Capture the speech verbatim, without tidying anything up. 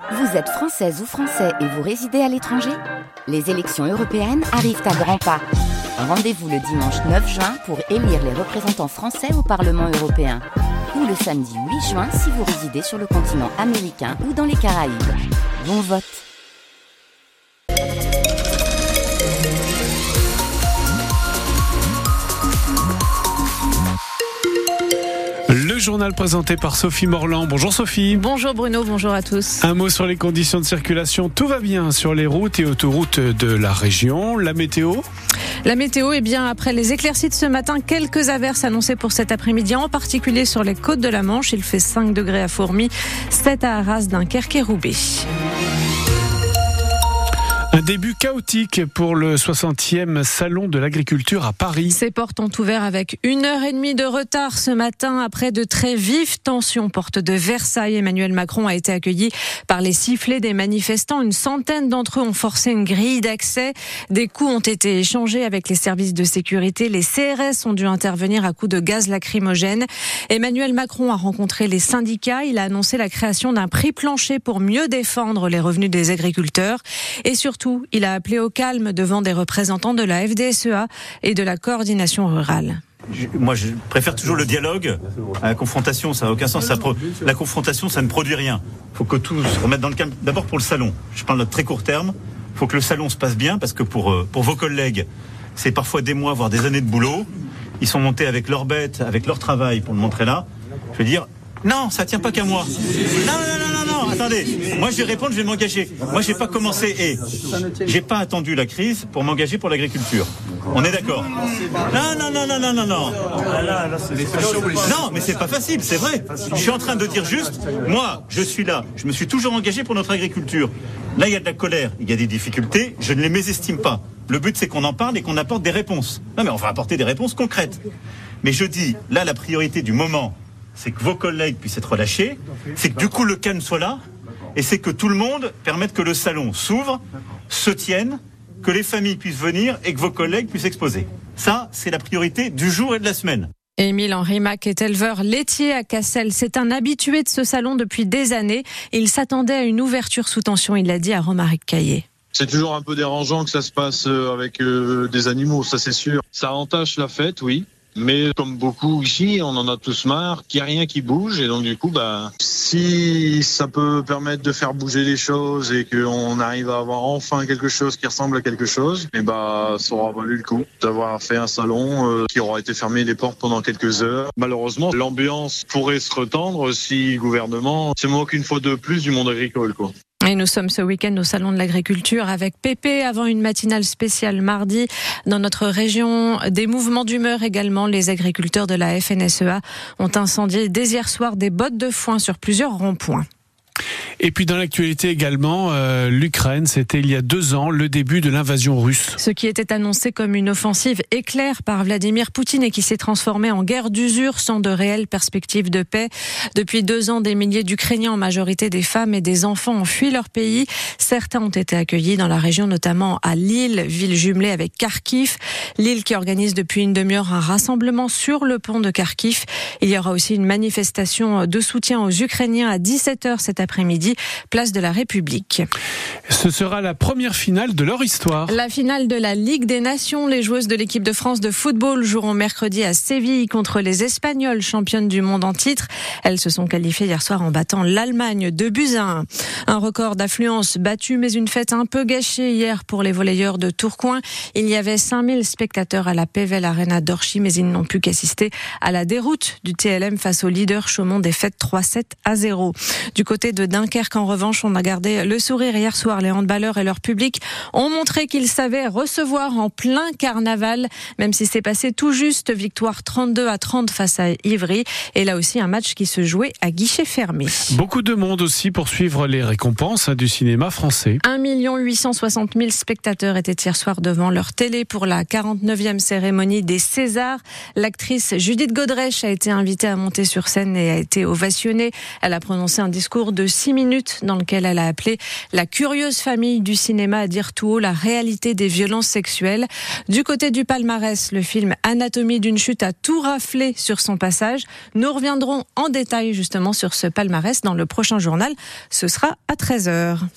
Vous êtes française ou français et vous résidez à l'étranger ? Les élections européennes arrivent à grands pas. Rendez-vous le dimanche neuf juin pour élire les représentants français au Parlement européen. Ou le samedi huit juin si vous résidez sur le continent américain ou dans les Caraïbes. Bon vote! Le journal présenté par Sophie Morland. Bonjour Sophie. Bonjour Bruno, bonjour à tous. Un mot sur les conditions de circulation. Tout va bien sur les routes et autoroutes de la région. La météo ? La météo, eh bien, après les éclaircies de ce matin, quelques averses annoncées pour cet après-midi, en particulier sur les côtes de la Manche. Il fait cinq degrés à Fourmies, sept à Arras, Dunkerque et Roubaix. Un début chaotique pour le soixantième salon de l'agriculture à Paris. Ses portes ont ouvert avec une heure et demie de retard ce matin après de très vives tensions. Porte de Versailles, Emmanuel Macron a été accueilli par les sifflets des manifestants. Une centaine d'entre eux ont forcé une grille d'accès. Des coups ont été échangés avec les services de sécurité. Les C R S ont dû intervenir à coups de gaz lacrymogène. Emmanuel Macron a rencontré les syndicats. Il a annoncé la création d'un prix plancher pour mieux défendre les revenus des agriculteurs. Et surtout, il a appelé au calme devant des représentants de la F D S E A et de la coordination rurale. Je, moi, je préfère toujours le dialogue à la confrontation. Ça n'a aucun sens. Ça pro, la confrontation, ça ne produit rien. Il faut que tout se remette dans le calme. D'abord pour le salon. Je parle de très court terme. Il faut que le salon se passe bien parce que pour, pour vos collègues, c'est parfois des mois, voire des années de boulot. Ils sont montés avec leurs bêtes, avec leur travail pour le montrer là. Je veux dire, non, ça tient pas qu'à moi. Non, non, non, non, non, attendez. Moi, je vais répondre, je vais m'engager. Moi, j'ai pas commencé et j'ai pas attendu la crise pour m'engager pour l'agriculture. On est d'accord? Non, non, non, non, non, non, non. Non, mais c'est pas facile, c'est vrai. Je suis en train de dire juste, moi, je suis là. Je me suis toujours engagé pour notre agriculture. Là, il y a de la colère, il y a des difficultés. Je ne les mésestime pas. Le but, c'est qu'on en parle et qu'on apporte des réponses. Non, mais on va apporter des réponses concrètes. Mais je dis, là, la priorité du moment, c'est que vos collègues puissent être relâchés, c'est que du coup le calme soit là, et c'est que tout le monde permette que le salon s'ouvre, se tienne, que les familles puissent venir et que vos collègues puissent exposer. Ça, c'est la priorité du jour et de la semaine. Émile Henri Mac est éleveur laitier à Cassel. C'est un habitué de ce salon depuis des années. Il s'attendait à une ouverture sous tension, il l'a dit à Romaric Caillé. C'est toujours un peu dérangeant que ça se passe avec euh, des animaux, ça c'est sûr. Ça entache la fête, oui. Mais comme beaucoup ici, on en a tous marre, qu'il n'y a rien qui bouge. Et donc du coup, bah, si ça peut permettre de faire bouger les choses et qu'on arrive à avoir enfin quelque chose qui ressemble à quelque chose, et bah, ça aura valu le coup d'avoir fait un salon euh, qui aura été fermé les portes pendant quelques heures. Malheureusement, l'ambiance pourrait se retendre si le gouvernement se moque une fois de plus du monde agricole, quoi. Et nous sommes ce week-end au Salon de l'Agriculture avec Pépé avant une matinale spéciale mardi. Dans notre région, des mouvements d'humeur également. Les agriculteurs de la F N S E A ont incendié dès hier soir des bottes de foin sur plusieurs ronds-points. Et puis dans l'actualité également, euh, l'Ukraine, c'était il y a deux ans le début de l'invasion russe. Ce qui était annoncé comme une offensive éclair par Vladimir Poutine et qui s'est transformé en guerre d'usure sans de réelles perspectives de paix. Depuis deux ans, des milliers d'Ukrainiens, en majorité des femmes et des enfants, ont fui leur pays. Certains ont été accueillis dans la région, notamment à Lille, ville jumelée avec Kharkiv. Lille qui organise depuis une demi-heure un rassemblement sur le pont de Kharkiv. Il y aura aussi une manifestation de soutien aux Ukrainiens à dix-sept heures cet après-midi, place de la République. Ce sera la première finale de leur histoire. La finale de la Ligue des Nations. Les joueuses de l'équipe de France de football joueront mercredi à Séville contre les Espagnols, championnes du monde en titre. Elles se sont qualifiées hier soir en battant l'Allemagne deux buts à un. Un record d'affluence battu, mais une fête un peu gâchée hier pour les volleyeurs de Tourcoing. Il y avait cinq mille spectateurs à la Pével Arena d'Orchy, mais ils n'ont pu qu'assister à la déroute du T L M face au leader Chaumont, défaite trois sept à zéro. Du côté de Dunkerque, en revanche, on a gardé le sourire hier soir. Les handballeurs et leur public ont montré qu'ils savaient recevoir en plein carnaval, même si c'est passé tout juste. Victoire trente-deux à trente face à Ivry. Et là aussi, un match qui se jouait à guichet fermé. Beaucoup de monde aussi pour suivre les récompenses du cinéma français. un million huit cent soixante mille spectateurs étaient hier soir devant leur télé pour la quarante-neuvième cérémonie des Césars. L'actrice Judith Godrèche a été invitée à monter sur scène et a été ovationnée. Elle a prononcé un discours de six minutes minutes dans lequel elle a appelé la curieuse famille du cinéma à dire tout haut la réalité des violences sexuelles. Du côté du palmarès, le film Anatomie d'une chute a tout raflé sur son passage. Nous reviendrons en détail justement sur ce palmarès dans le prochain journal. Ce sera à treize heures.